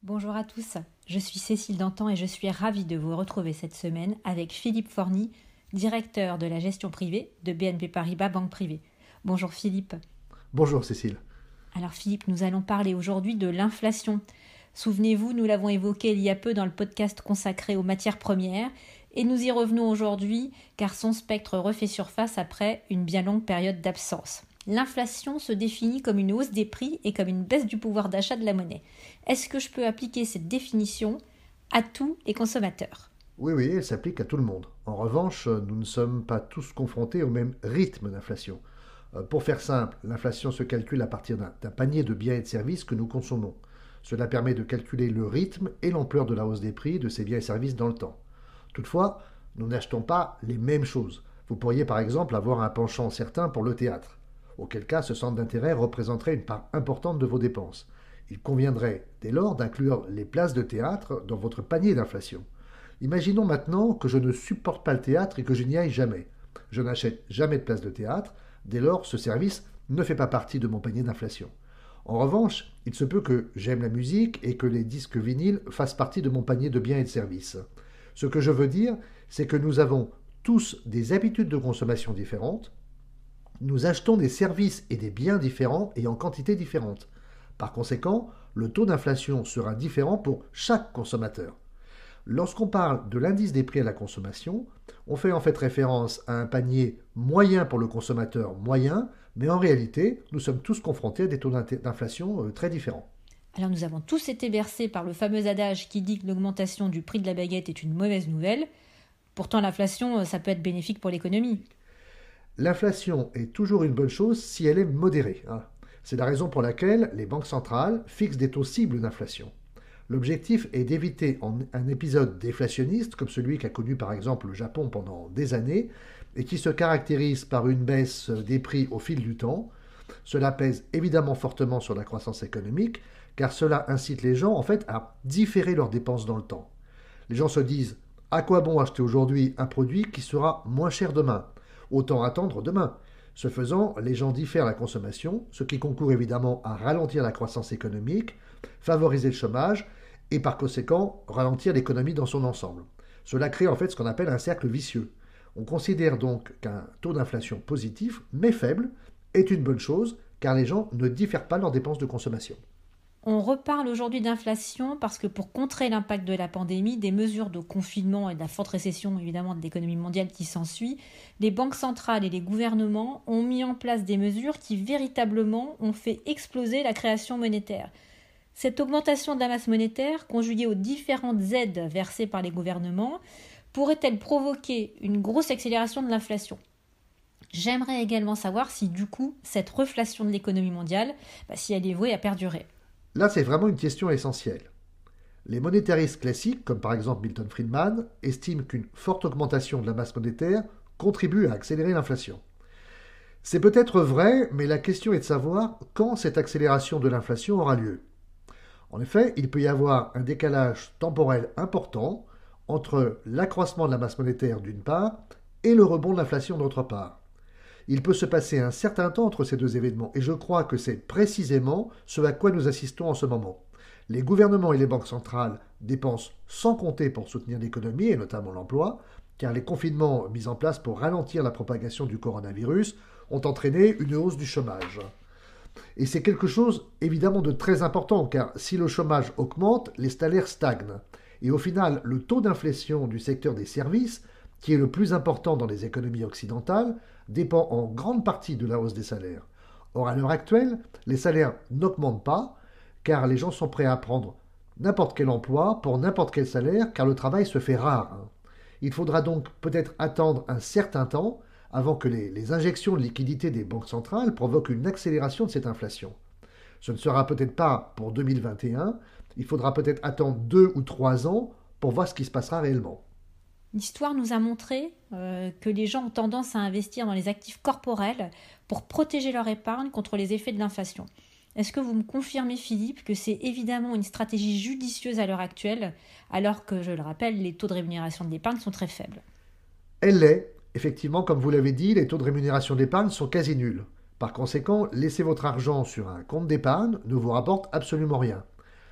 Bonjour à tous, je suis Cécile Dantan et je suis ravie de vous retrouver cette semaine avec Philippe Forny, directeur de la gestion privée de BNP Paribas Banque Privée. Bonjour Philippe. Bonjour Cécile. Alors Philippe, nous allons parler aujourd'hui de l'inflation. Souvenez-vous, nous l'avons évoqué il y a peu dans le podcast consacré aux matières premières et nous y revenons aujourd'hui car son spectre refait surface après une bien longue période d'absence. L'inflation se définit comme une hausse des prix et comme une baisse du pouvoir d'achat de la monnaie. Est-ce que je peux appliquer cette définition à tous les consommateurs ? Oui, elle s'applique à tout le monde. En revanche, nous ne sommes pas tous confrontés au même rythme d'inflation. Pour faire simple, l'inflation se calcule à partir d'un panier de biens et de services que nous consommons. Cela permet de calculer le rythme et l'ampleur de la hausse des prix de ces biens et services dans le temps. Toutefois, nous n'achetons pas les mêmes choses. Vous pourriez par exemple avoir un penchant certain pour le théâtre, auquel cas ce centre d'intérêt représenterait une part importante de vos dépenses. Il conviendrait dès lors d'inclure les places de théâtre dans votre panier d'inflation. Imaginons maintenant que je ne supporte pas le théâtre et que je n'y aille jamais. Je n'achète jamais de place de théâtre, dès lors ce service ne fait pas partie de mon panier d'inflation. En revanche, il se peut que j'aime la musique et que les disques vinyles fassent partie de mon panier de biens et de services. Ce que je veux dire, c'est que nous avons tous des habitudes de consommation différentes, nous achetons des services et des biens différents et en quantité différente. Par conséquent, le taux d'inflation sera différent pour chaque consommateur. Lorsqu'on parle de l'indice des prix à la consommation, on fait en fait référence à un panier moyen pour le consommateur moyen, mais en réalité, nous sommes tous confrontés à des taux d'inflation très différents. Alors nous avons tous été bercés par le fameux adage qui dit que l'augmentation du prix de la baguette est une mauvaise nouvelle. Pourtant l'inflation, ça peut être bénéfique pour l'économie. L'inflation est toujours une bonne chose si elle est modérée. C'est la raison pour laquelle les banques centrales fixent des taux cibles d'inflation. L'objectif est d'éviter un épisode déflationniste comme celui qu'a connu par exemple le Japon pendant des années et qui se caractérise par une baisse des prix au fil du temps. Cela pèse évidemment fortement sur la croissance économique car cela incite les gens en fait à différer leurs dépenses dans le temps. Les gens se disent à quoi bon acheter aujourd'hui un produit qui sera moins cher demain ? Autant attendre demain. Ce faisant, les gens diffèrent la consommation, ce qui concourt évidemment à ralentir la croissance économique, favoriser le chômage et par conséquent ralentir l'économie dans son ensemble. Cela crée en fait ce qu'on appelle un cercle vicieux. On considère donc qu'un taux d'inflation positif, mais faible, est une bonne chose car les gens ne diffèrent pas leurs dépenses de consommation. On reparle aujourd'hui d'inflation parce que pour contrer l'impact de la pandémie, des mesures de confinement et de la forte récession évidemment de l'économie mondiale qui s'ensuit, les banques centrales et les gouvernements ont mis en place des mesures qui véritablement ont fait exploser la création monétaire. Cette augmentation de la masse monétaire, conjuguée aux différentes aides versées par les gouvernements, pourrait-elle provoquer une grosse accélération de l'inflation ? J'aimerais également savoir si du coup cette reflation de l'économie mondiale, si elle est vouée à perdurer. Là, c'est vraiment une question essentielle. Les monétaristes classiques, comme par exemple Milton Friedman, estiment qu'une forte augmentation de la masse monétaire contribue à accélérer l'inflation. C'est peut-être vrai, mais la question est de savoir quand cette accélération de l'inflation aura lieu. En effet, il peut y avoir un décalage temporel important entre l'accroissement de la masse monétaire d'une part et le rebond de l'inflation d'autre part. Il peut se passer un certain temps entre ces deux événements, et je crois que c'est précisément ce à quoi nous assistons en ce moment. Les gouvernements et les banques centrales dépensent sans compter pour soutenir l'économie, et notamment l'emploi, car les confinements mis en place pour ralentir la propagation du coronavirus ont entraîné une hausse du chômage. Et c'est quelque chose évidemment de très important, car si le chômage augmente, les salaires stagnent. Et au final, le taux d'inflation du secteur des services, qui est le plus important dans les économies occidentales, dépend en grande partie de la hausse des salaires. Or, à l'heure actuelle, les salaires n'augmentent pas, car les gens sont prêts à prendre n'importe quel emploi pour n'importe quel salaire, car le travail se fait rare. Il faudra donc peut-être attendre un certain temps avant que les injections de liquidités des banques centrales provoquent une accélération de cette inflation. Ce ne sera peut-être pas pour 2021, il faudra peut-être attendre 2 ou 3 ans pour voir ce qui se passera réellement. L'histoire nous a montré que les gens ont tendance à investir dans les actifs corporels pour protéger leur épargne contre les effets de l'inflation. Est-ce que vous me confirmez, Philippe, que c'est évidemment une stratégie judicieuse à l'heure actuelle, alors que, je le rappelle, les taux de rémunération de l'épargne sont très faibles ? Elle l'est. Effectivement, comme vous l'avez dit, les taux de rémunération d'épargne sont quasi nuls. Par conséquent, laisser votre argent sur un compte d'épargne ne vous rapporte absolument rien.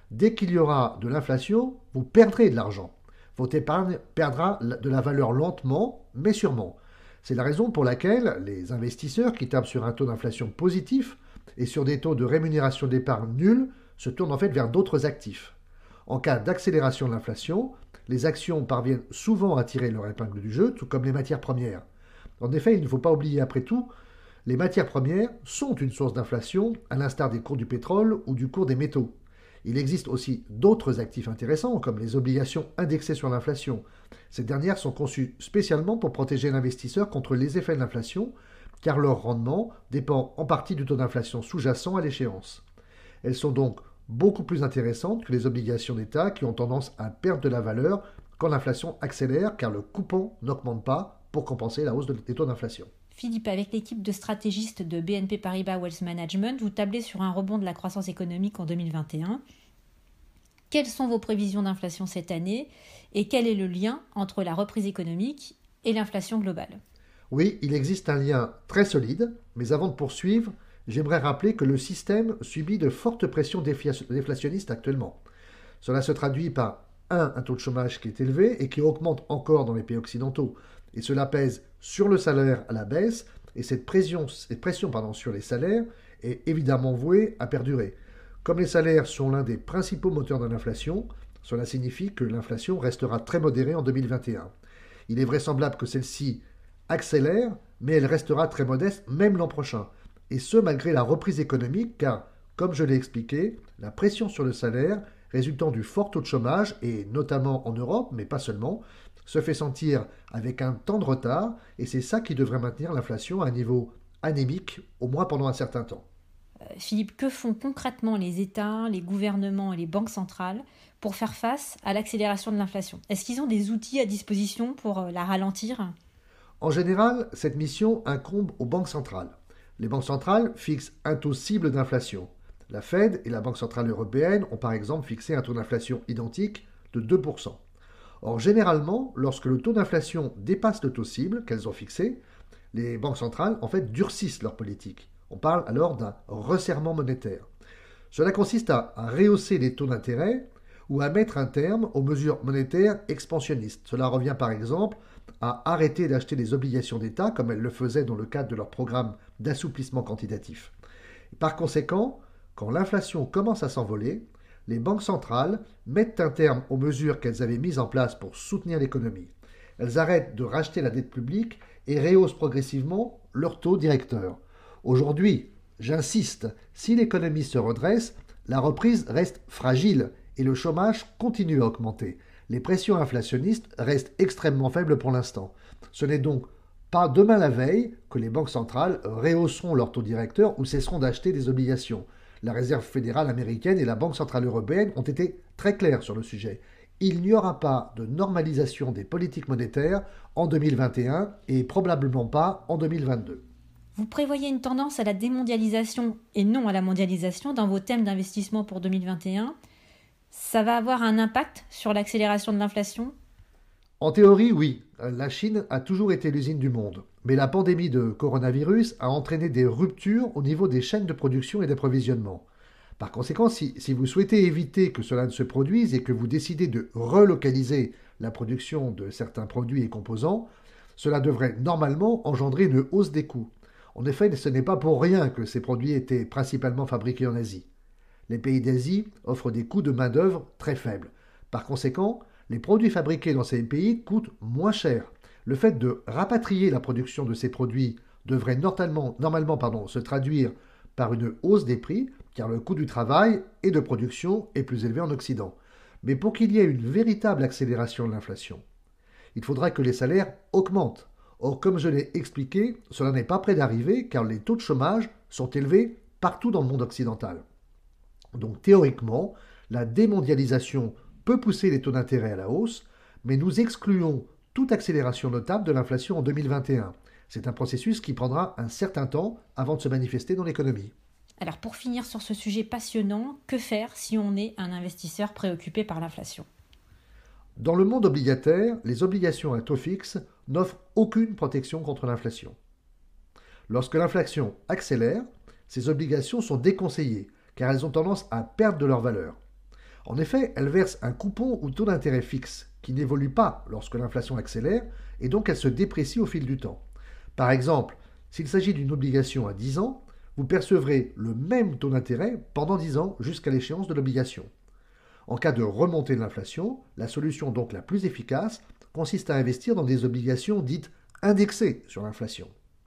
Dès qu'il y aura de l'inflation, vous perdrez de l'argent. Votre épargne perdra de la valeur lentement, mais sûrement. C'est la raison pour laquelle les investisseurs qui tablent sur un taux d'inflation positif et sur des taux de rémunération d'épargne nuls se tournent en fait vers d'autres actifs. En cas d'accélération de l'inflation, les actions parviennent souvent à tirer leur épingle du jeu, tout comme les matières premières. En effet, il ne faut pas oublier après tout, les matières premières sont une source d'inflation, à l'instar des cours du pétrole ou du cours des métaux. Il existe aussi d'autres actifs intéressants, comme les obligations indexées sur l'inflation. Ces dernières sont conçues spécialement pour protéger l'investisseur contre les effets de l'inflation, car leur rendement dépend en partie du taux d'inflation sous-jacent à l'échéance. Elles sont donc beaucoup plus intéressantes que les obligations d'État qui ont tendance à perdre de la valeur quand l'inflation accélère, car le coupon n'augmente pas pour compenser la hausse des taux d'inflation. Philippe, avec l'équipe de stratégistes de BNP Paribas Wealth Management, vous tablez sur un rebond de la croissance économique en 2021. Quelles sont vos prévisions d'inflation cette année et quel est le lien entre la reprise économique et l'inflation globale? Oui, il existe un lien très solide, mais avant de poursuivre, j'aimerais rappeler que le système subit de fortes pressions déflationnistes actuellement. Cela se traduit par un taux de chômage qui est élevé et qui augmente encore dans les pays occidentaux. Et cela pèse sur le salaire à la baisse, et cette pression sur les salaires est évidemment vouée à perdurer. Comme les salaires sont l'un des principaux moteurs de l'inflation, cela signifie que l'inflation restera très modérée en 2021. Il est vraisemblable que celle-ci accélère, mais elle restera très modeste même l'an prochain. Et ce, malgré la reprise économique, car, comme je l'ai expliqué, la pression sur le salaire résultant du fort taux de chômage, et notamment en Europe, mais pas seulement, se fait sentir avec un temps de retard, et c'est ça qui devrait maintenir l'inflation à un niveau anémique, au moins pendant un certain temps. Philippe, que font concrètement les États, les gouvernements et les banques centrales pour faire face à l'accélération de l'inflation? Est-ce qu'ils ont des outils à disposition pour la ralentir? En général, cette mission incombe aux banques centrales. Les banques centrales fixent un taux cible d'inflation. La Fed et la Banque centrale européenne ont par exemple fixé un taux d'inflation identique de 2%. Or, généralement, lorsque le taux d'inflation dépasse le taux cible qu'elles ont fixé, les banques centrales en fait durcissent leur politique. On parle alors d'un resserrement monétaire. Cela consiste à rehausser les taux d'intérêt ou à mettre un terme aux mesures monétaires expansionnistes. Cela revient par exemple à arrêter d'acheter des obligations d'État comme elles le faisaient dans le cadre de leur programme d'assouplissement quantitatif. Par conséquent, quand l'inflation commence à s'envoler, les banques centrales mettent un terme aux mesures qu'elles avaient mises en place pour soutenir l'économie. Elles arrêtent de racheter la dette publique et rehaussent progressivement leur taux directeur. Aujourd'hui, j'insiste, si l'économie se redresse, la reprise reste fragile et le chômage continue à augmenter. Les pressions inflationnistes restent extrêmement faibles pour l'instant. Ce n'est donc pas demain la veille que les banques centrales rehausseront leur taux directeur ou cesseront d'acheter des obligations. La Réserve fédérale américaine et la Banque centrale européenne ont été très claires sur le sujet. Il n'y aura pas de normalisation des politiques monétaires en 2021 et probablement pas en 2022. Vous prévoyez une tendance à la démondialisation et non à la mondialisation dans vos thèmes d'investissement pour 2021. Ça va avoir un impact sur l'accélération de l'inflation? En théorie, oui. La Chine a toujours été l'usine du monde. Mais la pandémie de coronavirus a entraîné des ruptures au niveau des chaînes de production et d'approvisionnement. Par conséquent, si vous souhaitez éviter que cela ne se produise et que vous décidez de relocaliser la production de certains produits et composants, cela devrait normalement engendrer une hausse des coûts. En effet, ce n'est pas pour rien que ces produits étaient principalement fabriqués en Asie. Les pays d'Asie offrent des coûts de main-d'œuvre très faibles. Par conséquent, les produits fabriqués dans ces pays coûtent moins cher. Le fait de rapatrier la production de ces produits devrait normalement se traduire par une hausse des prix, car le coût du travail et de production est plus élevé en Occident. Mais pour qu'il y ait une véritable accélération de l'inflation, il faudra que les salaires augmentent. Or, comme je l'ai expliqué, cela n'est pas près d'arriver, car les taux de chômage sont élevés partout dans le monde occidental. Donc théoriquement, la démondialisation peut pousser les taux d'intérêt à la hausse, mais nous excluons toute accélération notable de l'inflation en 2021. C'est un processus qui prendra un certain temps avant de se manifester dans l'économie. Alors pour finir sur ce sujet passionnant, que faire si on est un investisseur préoccupé par l'inflation? Dans le monde obligataire, les obligations à taux fixe n'offrent aucune protection contre l'inflation. Lorsque l'inflation accélère, ces obligations sont déconseillées, car elles ont tendance à perdre de leur valeur. En effet, elle verse un coupon ou taux d'intérêt fixe qui n'évolue pas lorsque l'inflation accélère et donc elle se déprécie au fil du temps. Par exemple, s'il s'agit d'une obligation à 10 ans, vous percevrez le même taux d'intérêt pendant 10 ans jusqu'à l'échéance de l'obligation. En cas de remontée de l'inflation, la solution donc la plus efficace consiste à investir dans des obligations dites indexées sur l'inflation.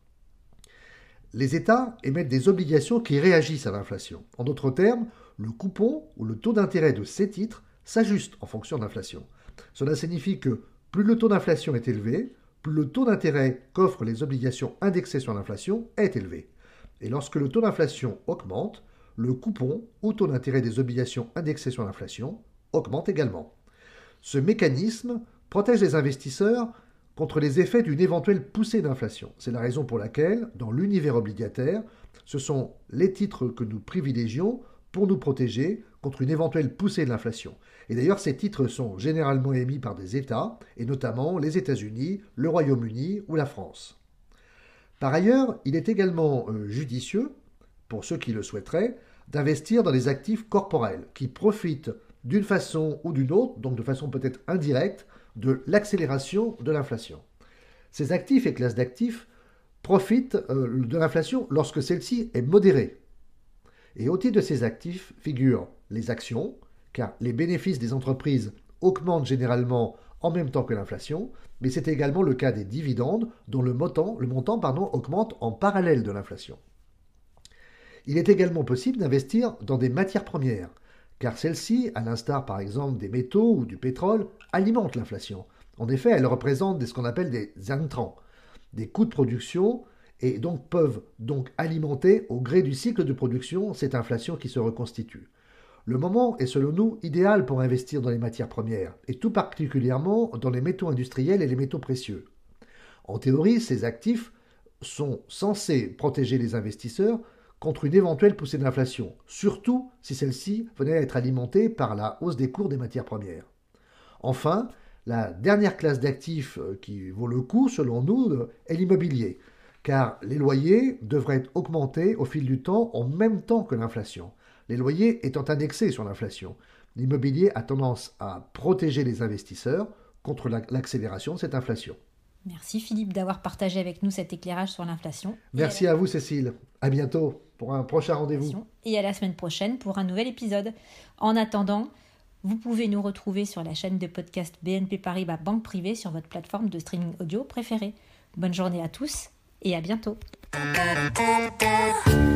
Les États émettent des obligations qui réagissent à l'inflation. En d'autres termes, le coupon ou le taux d'intérêt de ces titres s'ajuste en fonction de l'inflation. Cela signifie que plus le taux d'inflation est élevé, plus le taux d'intérêt qu'offrent les obligations indexées sur l'inflation est élevé. Et lorsque le taux d'inflation augmente, le coupon ou taux d'intérêt des obligations indexées sur l'inflation augmente également. Ce mécanisme protège les investisseurs contre les effets d'une éventuelle poussée d'inflation. C'est la raison pour laquelle, dans l'univers obligataire, ce sont les titres que nous privilégions pour nous protéger contre une éventuelle poussée de l'inflation. Et d'ailleurs, ces titres sont généralement émis par des États, et notamment les États-Unis, le Royaume-Uni ou la France. Par ailleurs, il est également judicieux, pour ceux qui le souhaiteraient, d'investir dans les actifs corporels qui profitent d'une façon ou d'une autre, donc de façon peut-être indirecte, de l'accélération de l'inflation. Ces actifs et classes d'actifs profitent de l'inflation lorsque celle-ci est modérée. Et au titre de ces actifs figurent les actions, car les bénéfices des entreprises augmentent généralement en même temps que l'inflation, mais c'est également le cas des dividendes dont le montant augmente en parallèle de l'inflation. Il est également possible d'investir dans des matières premières, car celles-ci, à l'instar par exemple des métaux ou du pétrole, alimentent l'inflation. En effet, elles représentent ce qu'on appelle des intrants, des coûts de production, et donc peuvent donc alimenter au gré du cycle de production cette inflation qui se reconstitue. Le moment est selon nous idéal pour investir dans les matières premières, et tout particulièrement dans les métaux industriels et les métaux précieux. En théorie, ces actifs sont censés protéger les investisseurs contre une éventuelle poussée d'inflation, surtout si celle-ci venait à être alimentée par la hausse des cours des matières premières. Enfin, la dernière classe d'actifs qui vaut le coup, selon nous, est l'immobilier, car les loyers devraient augmenter au fil du temps en même temps que l'inflation, les loyers étant indexés sur l'inflation. L'immobilier a tendance à protéger les investisseurs contre l'accélération de cette inflation. Merci Philippe d'avoir partagé avec nous cet éclairage sur l'inflation. Merci à vous Cécile. À bientôt pour un prochain rendez-vous. Et à la semaine prochaine pour un nouvel épisode. En attendant, vous pouvez nous retrouver sur la chaîne de podcast BNP Paribas Banque Privée sur votre plateforme de streaming audio préférée. Bonne journée à tous et à bientôt.